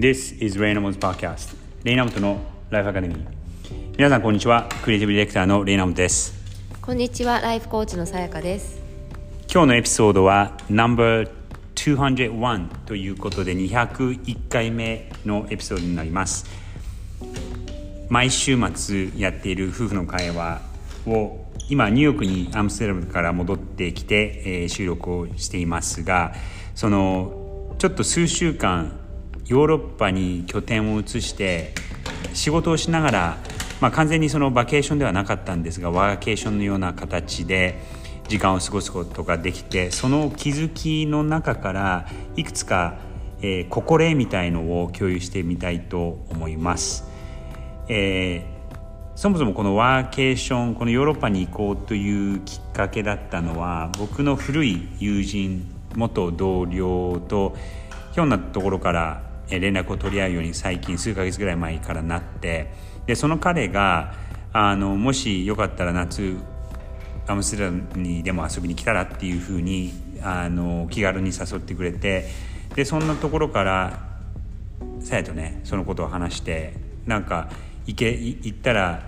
This is Reynolds Podcast レイナムトのライフアカデミー。皆さんこんにちは。クリエイティブディレクターのレイナムトです。 こんにちは。ライフコーチのさやかです。 今日のエピソードは No.201 ということで201回目のエピソードになります。毎週末やっている夫婦の会話を今ニューヨークにアムステルダムから戻ってきて、収録をしていますが、そのちょっと数週間ヨーロッパに拠点を移して仕事をしながら、完全にそのバケーションではなかったんですがワーケーションのような形で時間を過ごすことができて、その気づきの中からいくつか、心得みたいのを共有してみたいと思います。そもそもこのワーケーション、このヨーロッパに行こうというきっかけだったのは、僕の古い友人、元同僚とひょんなところから連絡を取り合うように最近数ヶ月ぐらい前からなって、でその彼がもしよかったら夏アムステルダムにでも遊びに来たらっていうふうに気軽に誘ってくれて、でそんなところからさやとねそのことを話して、なんか行ったら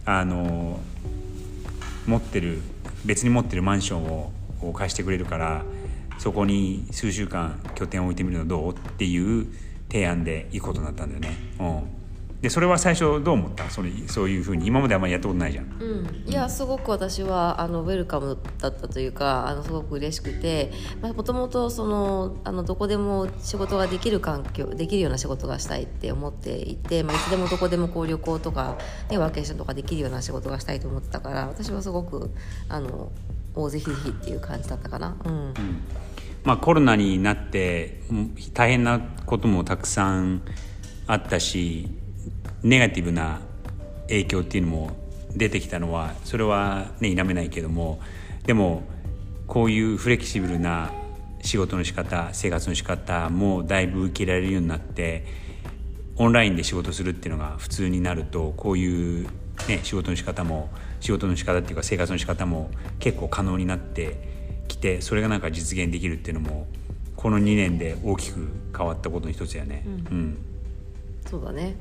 別に持ってるマンションを貸してくれるから、そこに数週間拠点を置いてみるのどうっていう提案で行くことになったんだよね。でそれは最初どう思った？そういうふうに今まであんまりやったことないじゃん。 いやすごく私はウェルカムだったというかすごく嬉しくて、もともとどこでも仕事ができる環境、できるような仕事がしたいって思っていて、いつでもどこでも旅行とか、ワーケーションとかできるような仕事がしたいと思ってたから、私はすごくぜひぜひっていう感じだったかな。 コロナになって大変なこともたくさんあったし、ネガティブな影響っていうのも出てきたのは、それはね否めないけども、でもこういうフレキシブルな仕事の仕方、生活の仕方もだいぶ受けられるようになって、オンラインで仕事するっていうのが普通になると、こういうね仕事の仕方っていうか生活の仕方も結構可能になってきて、それがなんか実現できるっていうのもこの2年で大きく変わったことの一つやね。 そうだね。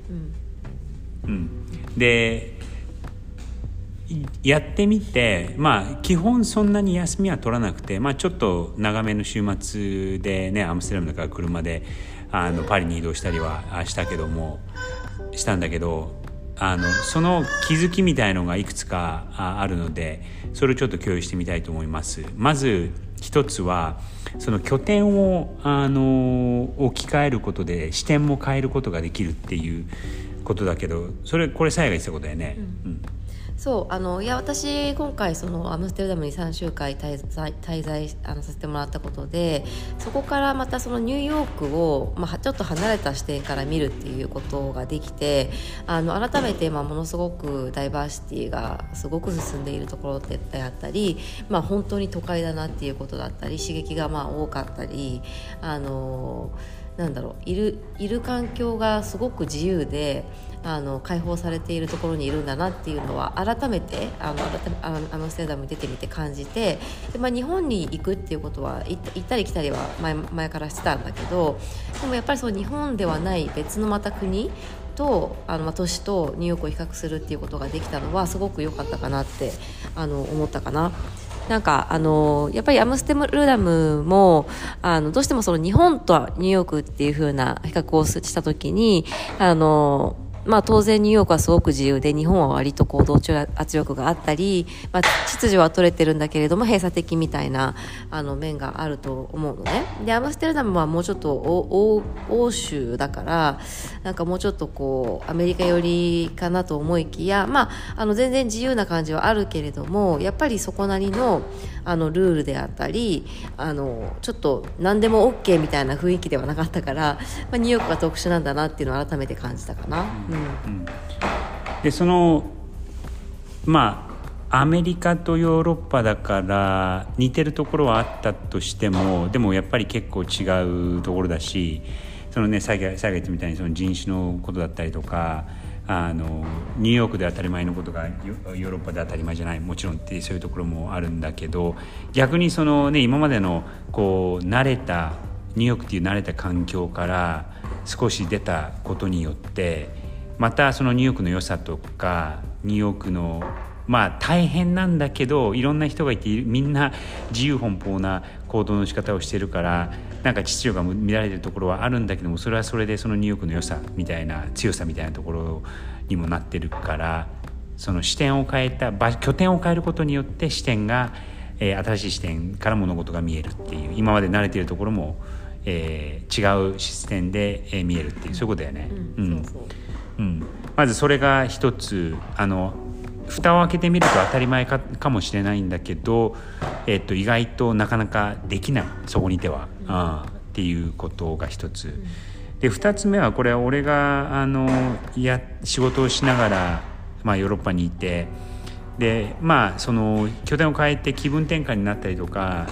でやってみて、基本そんなに休みは取らなくて、ちょっと長めの週末でねアムステルダムだから車でパリに移動したりはしたんだけど、その気づきみたいのがいくつかあるので、それをちょっと共有してみたいと思います。まず一つはその拠点を置き換えることで視点も変えることができるっていうことだけど、これさやが言ってたことだよね。 そう私今回アムステルダムに3週間滞在させてもらったことで、そこからまたニューヨークを、ちょっと離れた視点から見るっていうことができて、改めてものすごくダイバーシティがすごく進んでいるところであったり、本当に都会だなっていうことだったり、刺激が多かったり、いる環境がすごく自由で解放されているところにいるんだなっていうのは改めてアムステルダムに出てみて感じて、で、日本に行くっていうことは行ったり来たりは前からしてたんだけど、でもやっぱり日本ではない別のまた国と都市とニューヨークを比較するっていうことができたのはすごく良かったかなって思ったかな。やっぱりアムステルダムもどうしても日本とニューヨークっていう風な比較をしたときに当然ニューヨークはすごく自由で、日本は割と同調圧力があったり、秩序は取れてるんだけれども閉鎖的みたいな面があると思うのね。でアムステルダムはもうちょっと欧州だからもうちょっとアメリカ寄りかなと思いきや、全然自由な感じはあるけれども、やっぱりそこなりのルールであったりちょっと何でも OK みたいな雰囲気ではなかったから、ニューヨークが特殊なんだなっていうのを改めて感じたかな。 でアメリカとヨーロッパだから似てるところはあったとしても、でもやっぱり結構違うところだし、さっき言ったみたいに人種のことだったりとか、ニューヨークで当たり前のことがヨーロッパで当たり前じゃない、もちろんってそういうところもあるんだけど、逆に今までの慣れたニューヨークっていう慣れた環境から少し出たことによってまたそのニューヨークの良さとかニューヨークの大変なんだけどいろんな人がいてみんな自由奔放な行動の仕方をしてるからなんか秩序が乱れてるところはあるんだけどもそれはそれでそのニューヨークの良さみたいな強さみたいなところにもなってるからその視点を変えた拠点を変えることによって視点が、新しい視点から物事が見えるっていう今まで慣れているところも、違う視点で、見えるっていうそういうことだよね。まずそれが一つ蓋を開けてみると当たり前かもしれないんだけど、意外となかなかできないそこにいては、っていうことが一つ、で二つ目はこれは俺が仕事をしながら、ヨーロッパにいてでその拠点を変えて気分転換になったりとか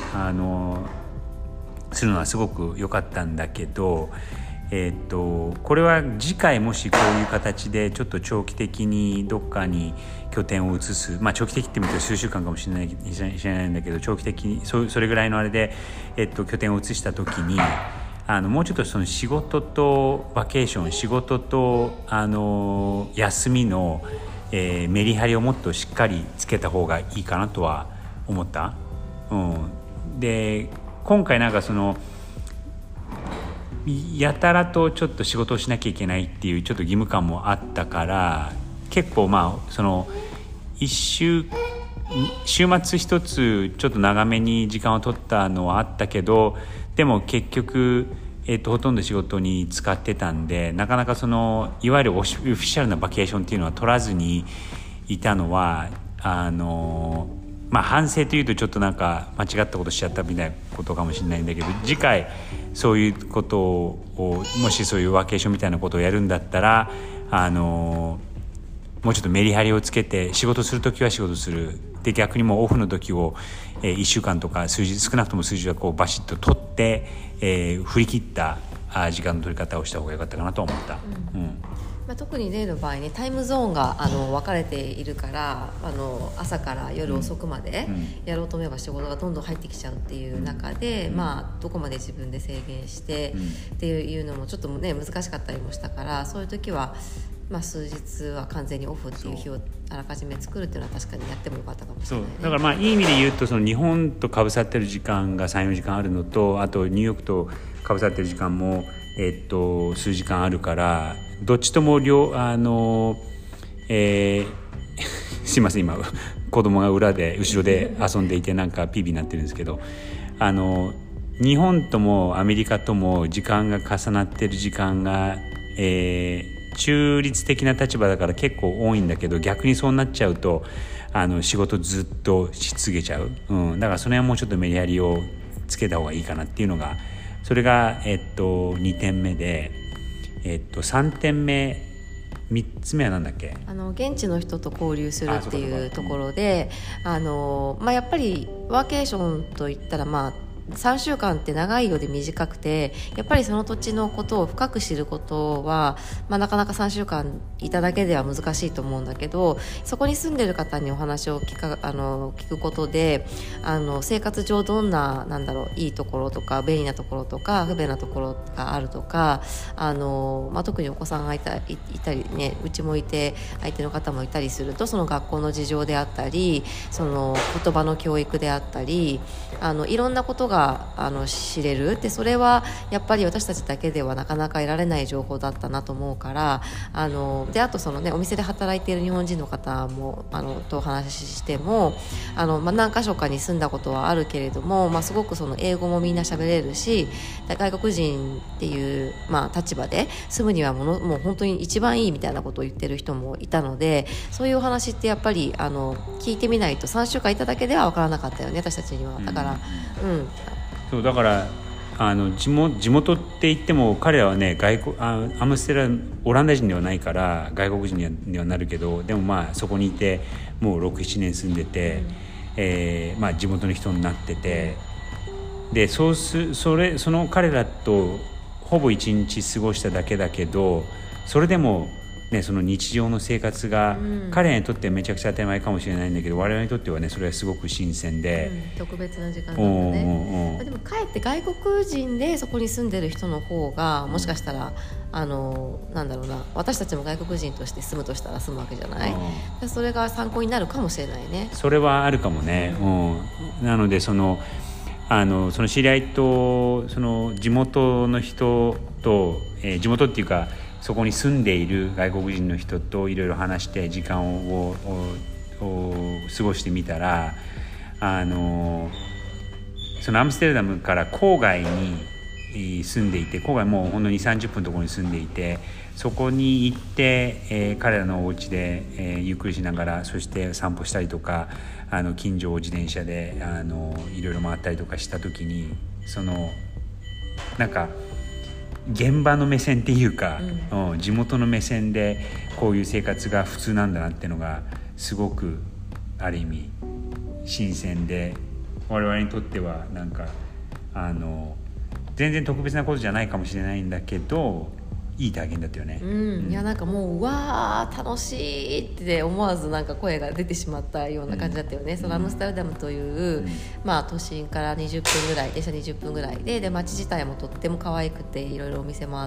するのはすごく良かったんだけどこれは次回もしこういう形でちょっと長期的にどっかに拠点を移す長期的って言うと数週間かもしれないんだけど長期的にそれぐらいのあれで、拠点を移した時にもうちょっとその仕事とバケーション仕事と休みの、メリハリをもっとしっかりつけた方がいいかなとは思った。で今回なんかそのやたらとちょっと仕事をしなきゃいけないっていうちょっと義務感もあったから結構その週末一つちょっと長めに時間を取ったのはあったけどでも結局、ほとんど仕事に使ってたんでなかなかそのいわゆるオフィシャルなバケーションっていうのは取らずにいたのは反省というとちょっとなんか間違ったことしちゃったみたいなことかもしれないんだけど次回そういうことをもしそういうワーケーションみたいなことをやるんだったらもうちょっとメリハリをつけて仕事するときは仕事するで逆にもうオフの時を、1週間とか少なくとも数字はこうバシッと取って、振り切った時間の取り方をした方が良かったかなと思った。 特に例の場合ねタイムゾーンが分かれているから朝から夜遅くまでやろうと思えば仕事がどんどん入ってきちゃうっていう中で、どこまで自分で制限してっていうのもちょっとね難しかったりもしたからそういう時は、数日は完全にオフっていう日をあらかじめ作るっていうのは確かにやってもよかったかもしれないね。 だからいい意味で言うとその日本と被さってる時間が 3,4 時間あるのとあとニューヨークと被さってる時間も数時間あるからどっちともすいません今子供が後ろで遊んでいてなんかピーピーになってるんですけど日本ともアメリカとも時間が重なってる時間が、中立的な立場だから結構多いんだけど逆にそうなっちゃうと仕事ずっとし続けちゃう、だからその辺はもうちょっとメリハリをつけた方がいいかなっていうのがそれが、2点目で、3点目3つ目は何だっけ現地の人と交流するっていうところでやっぱりワーケーションといったら3週間って長いようで短くてやっぱりその土地のことを深く知ることは、なかなか3週間いただけでは難しいと思うんだけどそこに住んでる方にお話を聞くことで生活上どんないいところとか便利なところとか不便なところがあるとか特にお子さんがいたりねうちもいて相手の方もいたりするとその学校の事情であったりその言葉の教育であったりいろんなことが知れるでそれはやっぱり私たちだけではなかなか得られない情報だったなと思うからあとそのねお店で働いている日本人の方もとお話ししても何か所かに住んだことはあるけれども、すごくその英語もみんな喋れるし外国人っていう、立場で住むにはもう本当に一番いいみたいなことを言ってる人もいたのでそういうお話ってやっぱり聞いてみないと3週間いただけでは分からなかったよね私たちにはだからそうだから地元って言っても彼らはねアムステルダムオランダ人ではないから外国人にはなるけどでもそこにいてもう 6,7 年住んでて、地元の人になっててでその彼らとほぼ1日過ごしただけだけどそれでもね、その日常の生活が、彼らにとってはめちゃくちゃ当たり前かもしれないんだけど、我々にとってはねそれはすごく新鮮で、 特別な時間なんだね。でもかえって外国人でそこに住んでる人の方がもしかしたらなんだろうな、私たちも外国人として住むとしたら住むわけじゃない、それが参考になるかもしれないね。 それはあるかもね、なのでその知り合いとその地元の人と、地元っていうかそこに住んでいる外国人の人といろいろ話して時間を過ごしてみたら、そのアムステルダムから郊外に住んでいて、郊外もうほんの 2,30 分のところに住んでいて、そこに行って、彼らのお家で、ゆっくりしながら、そして散歩したりとか、近所を自転車でいろいろ回ったりとかした時に、そのなんか現場の目線っていうか、地元の目線でこういう生活が普通なんだなっていうのがすごくある意味新鮮で、我々にとってはなんか全然特別なことじゃないかもしれないんだけど、いい体験だったよね。 いやなんかもうわー楽しいって思わずなんか声が出てしまったような感じだったよね。そのアムステルダムという、都心から20分ぐらい、電車20分ぐらいで街自体もとっても可愛くて、いろいろお店もあって、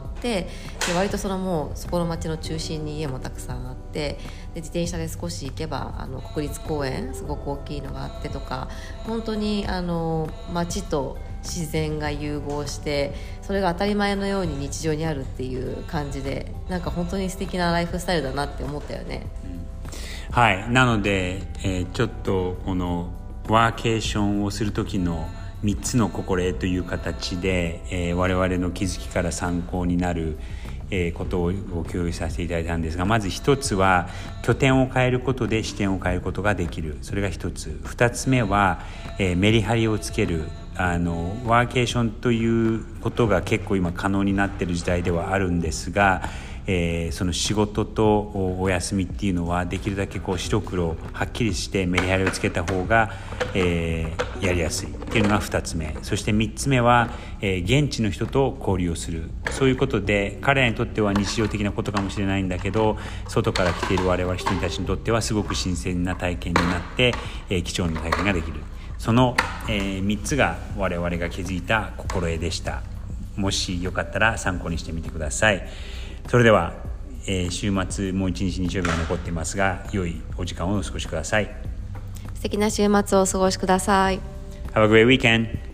で割ともうそこの街の中心に家もたくさんあって、で自転車で少し行けば国立公園すごく大きいのがあってとか、本当に街と自然が融合して、それが当たり前のように日常にあるっていう感じで、なんか本当に素敵なライフスタイルだなって思ったよね。 はい、なので、ちょっとこのワーケーションをする時の3つの心得という形で、我々の気づきから参考になることを共有させていただいたんですが、まず一つは拠点を変えることで視点を変えることができる、それが一つ。二つ目は、メリハリをつける。ワーケーションということが結構今可能になっている時代ではあるんですが、その仕事とお休みっていうのはできるだけこう白黒はっきりしてメリハリをつけた方が、やりやすいっていうのが2つ目。そして3つ目は、現地の人と交流をする。そういうことで彼らにとっては日常的なことかもしれないんだけど、外から来ている我々人たちにとってはすごく新鮮な体験になって、貴重な体験ができる。その、3つが我々が気づいた心得でした。もしよかったら参考にしてみてください。それでは、週末もう一日日曜日が残っていますが、良いお時間をお過ごしください。 素敵な週末をお過ごしください。 Have a great weekend.